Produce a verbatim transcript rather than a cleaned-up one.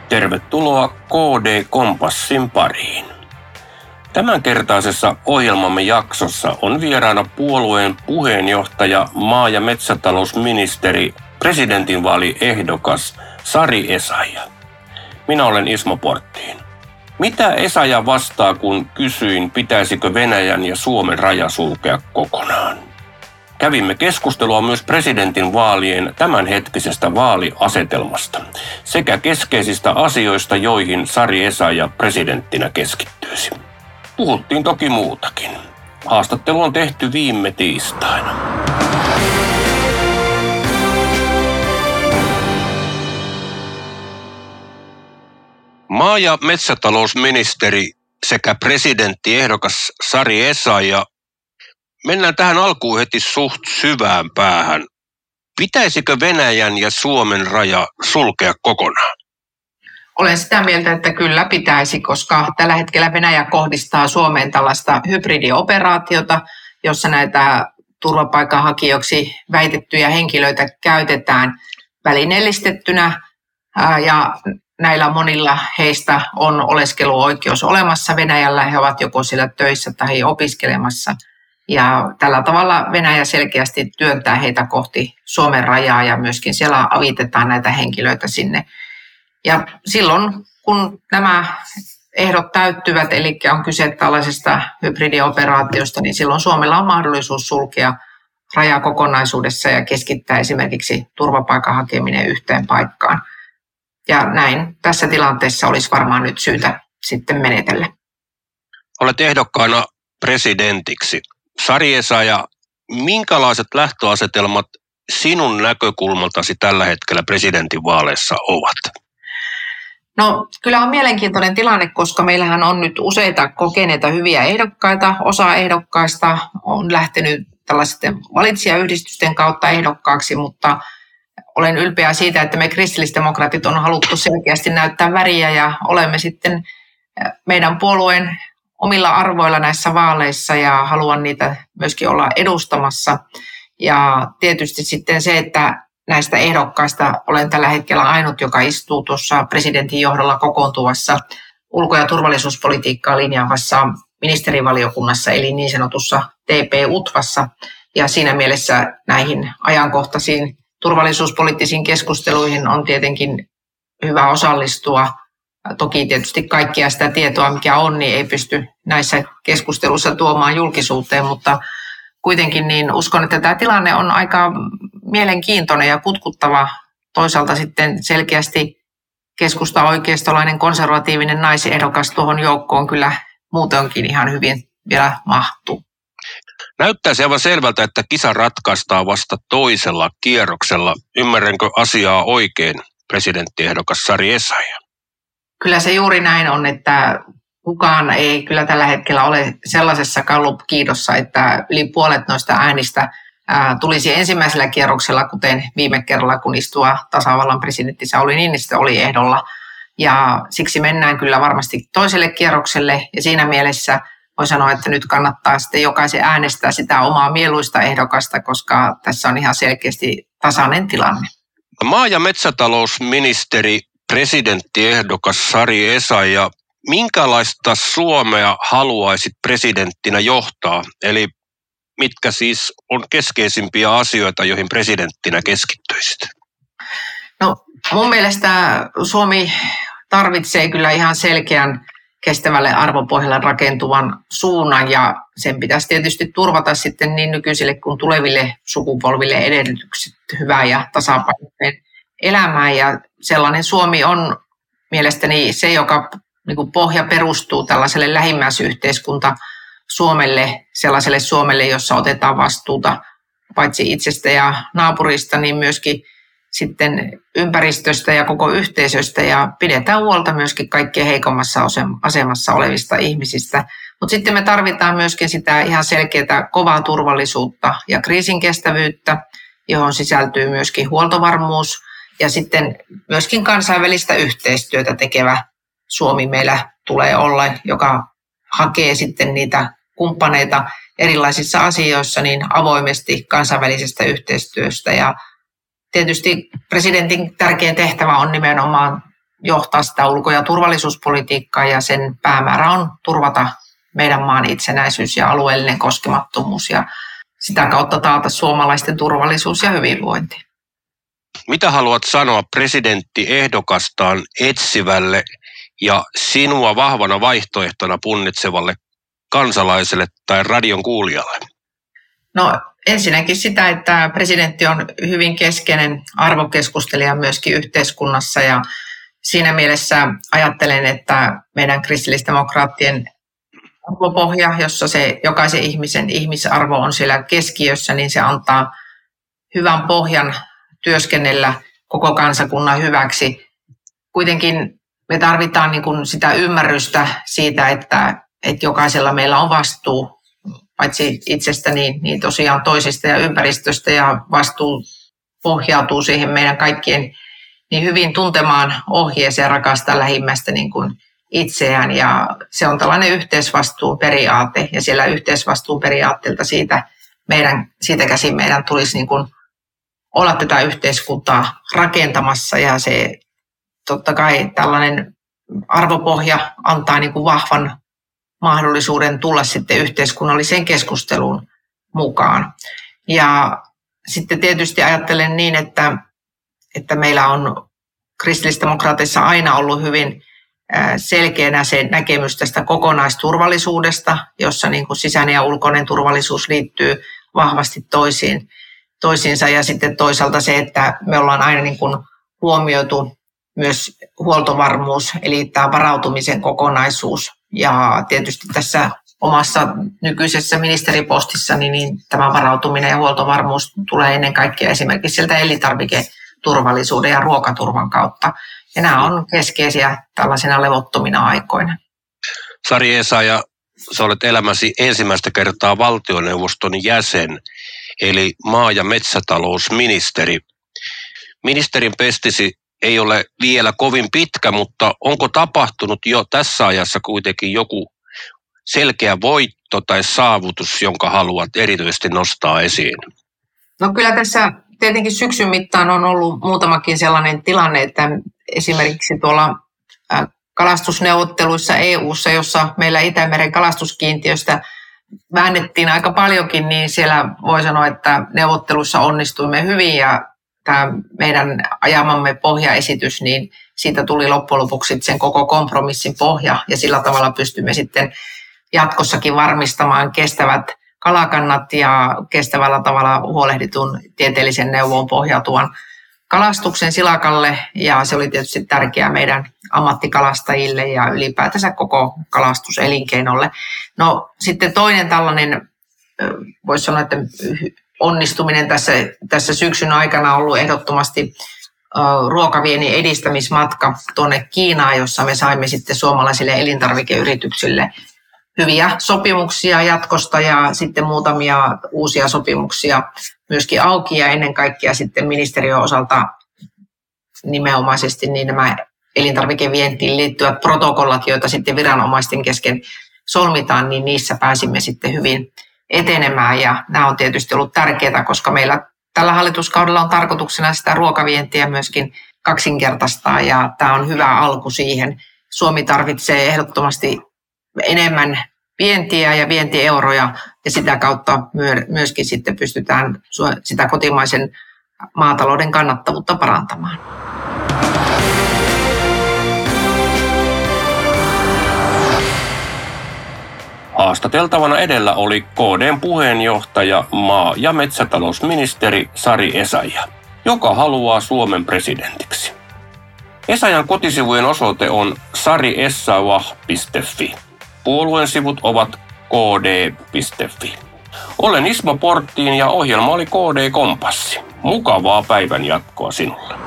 Tervetuloa K D-kompassin pariin. Tämänkertaisessa ohjelmamme jaksossa on vieraana puolueen puheenjohtaja, maa- ja metsätalousministeri, presidentinvaaliehdokas Sari Essayah. Minä olen Ismo Porttiin. Mitä Essayah vastaa, kun kysyin, pitäisikö Venäjän ja Suomen raja sulkea kokonaan? Kävimme keskustelua myös presidentinvaalien tämänhetkisestä vaaliasetelmasta sekä keskeisistä asioista, joihin Sari Essayah presidenttinä keskittyisi. Puhuttiin toki muutakin. Haastattelu on tehty viime tiistaina. Maa- ja metsätalousministeri sekä presidenttiehdokas Sari Essayah, mennään tähän alkuun heti suht syvään päähän. Pitäisikö Venäjän ja Suomen raja sulkea kokonaan? Olen sitä mieltä, että kyllä pitäisi, koska tällä hetkellä Venäjä kohdistaa Suomeen tällaista hybridioperaatiota, jossa näitä turvapaikanhakijoiksi väitettyjä henkilöitä käytetään välineellistettynä ja näillä monilla heistä on oleskeluoikeus olemassa Venäjällä. He ovat joko siellä töissä tai opiskelemassa. Ja tällä tavalla Venäjä selkeästi työntää heitä kohti Suomen rajaa ja myöskin siellä avitetaan näitä henkilöitä sinne. Ja silloin, kun nämä ehdot täyttyvät, eli on kyse tällaisesta hybridioperaatiosta, niin silloin Suomella on mahdollisuus sulkea raja kokonaisuudessa ja keskittää esimerkiksi turvapaikan hakeminen yhteen paikkaan. Ja näin tässä tilanteessa olisi varmaan nyt syytä sitten menetellä. Olet ehdokkaana presidentiksi. Sari Essayah, minkälaiset lähtöasetelmat sinun näkökulmaltasi tällä hetkellä presidentinvaaleissa ovat? No kyllä on mielenkiintoinen tilanne, koska meillähän on nyt useita kokeneita hyviä ehdokkaita. Osa ehdokkaista on lähtenyt tällaisten valitsijayhdistysten kautta ehdokkaaksi, mutta olen ylpeä siitä, että me kristillisdemokraatit on haluttu selkeästi näyttää väriä ja olemme sitten meidän puolueen omilla arvoilla näissä vaaleissa ja haluan niitä myöskin olla edustamassa. Ja tietysti sitten se, että näistä ehdokkaista olen tällä hetkellä ainut, joka istuu tuossa presidentin johdolla kokoontuvassa ulko- ja turvallisuuspolitiikkaa linjaavassa ministerivaliokunnassa, eli niin sanotussa T P-UTVassa. Ja siinä mielessä näihin ajankohtaisiin turvallisuuspoliittisiin keskusteluihin on tietenkin hyvä osallistua. Toki tietysti kaikkia sitä tietoa, mikä on, niin ei pysty näissä keskusteluissa tuomaan julkisuuteen, mutta kuitenkin niin uskon, että tämä tilanne on aika mielenkiintoinen ja kutkuttava. Toisaalta sitten selkeästi keskusta-oikeistolainen konservatiivinen naisehdokas tuohon joukkoon kyllä muutenkin ihan hyvin vielä mahtuu. Näyttää aivan selvältä, että kisa ratkaistaan vasta toisella kierroksella. Ymmärränkö asiaa oikein, presidenttiehdokas Sari Essayah? Kyllä se juuri näin on, että kukaan ei kyllä tällä hetkellä ole sellaisessa gallup-kiidossa, että yli puolet noista äänistä tulisi ensimmäisellä kierroksella, kuten viime kerralla, kun istua tasavallan presidentti Sauli Niinistö oli ehdolla. Ja siksi mennään kyllä varmasti toiselle kierrokselle, ja siinä mielessä voi sanoa, että nyt kannattaa sitten jokaisen äänestää sitä omaa mieluista ehdokasta, koska tässä on ihan selkeästi tasainen tilanne. Maa- ja metsätalousministeri, presidenttiehdokas Sari Essayah, minkälaista Suomea haluaisit presidenttinä johtaa? Eli mitkä siis on keskeisimpiä asioita, joihin presidenttinä keskittyisit? No mun mielestä Suomi tarvitsee kyllä ihan selkeän kestävälle arvopohjalle rakentuvan suunnan ja sen pitäisi tietysti turvata sitten niin nykyisille kuin tuleville sukupolville edellytykset hyvään ja tasapainoiseen elämään. Ja sellainen Suomi on mielestäni se, joka niin kuin pohja perustuu tällaiselle lähimmäisyhteiskunta Suomelle, sellaiselle Suomelle, jossa otetaan vastuuta paitsi itsestä ja naapurista, niin myöskin sitten ympäristöstä ja koko yhteisöstä ja pidetään huolta myöskin kaikkein heikommassa asemassa olevista ihmisistä. Mutta sitten me tarvitaan myöskin sitä ihan selkeää kovaa turvallisuutta ja kriisinkestävyyttä, johon sisältyy myöskin huoltovarmuus ja sitten myöskin kansainvälistä yhteistyötä tekevä Suomi meillä tulee olla, joka hakee sitten niitä kumppaneita erilaisissa asioissa niin avoimesti kansainvälisestä yhteistyöstä. Ja tietysti presidentin tärkein tehtävä on nimenomaan johtaa sitä ulko- ja turvallisuuspolitiikkaa ja sen päämäärä on turvata meidän maan itsenäisyys ja alueellinen koskemattomuus ja sitä kautta taata suomalaisten turvallisuus ja hyvinvointi. Mitä haluat sanoa presidenttiehdokastaan etsivälle ja sinua vahvana vaihtoehtona punnitsevalle kansalaiselle tai radion kuulijalle? No ensinnäkin sitä, että presidentti on hyvin keskeinen arvokeskustelija myöskin yhteiskunnassa ja siinä mielessä ajattelen, että meidän kristillisdemokraattien arvopohja, jossa se jokaisen ihmisen ihmisarvo on siellä keskiössä, niin se antaa hyvän pohjan työskennellä koko kansakunnan hyväksi. Kuitenkin me tarvitaan niin kuin sitä ymmärrystä siitä, että, että jokaisella meillä on vastuu, paitsi itsestä, niin, niin tosiaan toisista ja ympäristöstä, ja vastuu pohjautuu siihen meidän kaikkien niin hyvin tuntemaan ohjeeseen rakastaa lähimmäistä niin kuin itseään, ja se on tällainen yhteisvastuun periaate, ja siellä yhteisvastuun periaatteelta siitä, meidän, siitä käsin meidän tulisi niin kuin olla tätä yhteiskuntaa rakentamassa, ja se totta kai tällainen arvopohja antaa niin kuin vahvan mahdollisuuden tulla sitten yhteiskunnalliseen keskusteluun mukaan. Ja sitten tietysti ajattelen niin, että, että meillä on kristillisdemokraateissa aina ollut hyvin selkeänä se näkemys tästä kokonaisturvallisuudesta, jossa niin kuin sisäinen ja ulkoinen turvallisuus liittyy vahvasti toisiin, toisiinsa. Ja sitten toisaalta se, että me ollaan aina niin kuin huomioitu myös huoltovarmuus, eli tämä varautumisen kokonaisuus. Ja tietysti tässä omassa nykyisessä ministeripostissani niin tämä varautuminen ja huoltovarmuus tulee ennen kaikkea esimerkiksi sieltä elintarviketurvallisuuden ja ruokaturvan kautta. Ja nämä on keskeisiä tällaisena levottomina aikoina. Sari Essayah, sä olet elämäsi ensimmäistä kertaa valtioneuvoston jäsen, eli maa- ja metsätalousministeri. Ministerin pestisi ei ole vielä kovin pitkä, mutta onko tapahtunut jo tässä ajassa kuitenkin joku selkeä voitto tai saavutus, jonka haluat erityisesti nostaa esiin? No kyllä tässä tietenkin syksyn mittaan on ollut muutamakin sellainen tilanne, että esimerkiksi tuolla kalastusneuvotteluissa E U:ssa, jossa meillä Itämeren kalastuskiintiöstä väännettiin aika paljonkin, niin siellä voi sanoa, että neuvotteluissa onnistuimme hyvin ja tämä meidän ajamamme pohjaesitys, niin siitä tuli loppujen lopuksi sen koko kompromissin pohja ja sillä tavalla pystymme sitten jatkossakin varmistamaan kestävät kalakannat ja kestävällä tavalla huolehditun tieteellisen neuvoon pohjautuvan kalastuksen silakalle, ja se oli tietysti tärkeää meidän ammattikalastajille ja ylipäätänsä koko kalastuselinkeinolle. No sitten toinen tällainen, voisi sanoa, että onnistuminen tässä, tässä syksyn aikana on ollut ehdottomasti ruokaviennin edistämismatka tuonne Kiinaan, jossa me saimme sitten suomalaisille elintarvikeyrityksille hyviä sopimuksia jatkosta ja sitten muutamia uusia sopimuksia myöskin auki, ja ennen kaikkea sitten ministeriön osalta nimenomaisesti niin nämä elintarvikevientiin liittyvät protokollat, joita sitten viranomaisten kesken solmitaan, niin niissä pääsimme sitten hyvin etenemään, ja nämä on tietysti ollut tärkeää, koska meillä tällä hallituskaudella on tarkoituksena sitä ruokavientiä myöskin kaksinkertaistaa, ja tämä on hyvä alku siihen. Suomi tarvitsee ehdottomasti enemmän vientiä ja vientieuroja, ja sitä kautta myöskin sitten pystytään sitä kotimaisen maatalouden kannattavuutta parantamaan. Haastateltavana edellä oli K D:n puheenjohtaja, maa- ja metsätalousministeri Sari Essayah, joka haluaa Suomen presidentiksi. Essayahin kotisivujen osoite on sari essayah piste fi. Puolueen sivut ovat k d piste fi. Olen Ismo Porttiin ja ohjelma oli K D Kompassi. Mukavaa päivän jatkoa sinulle.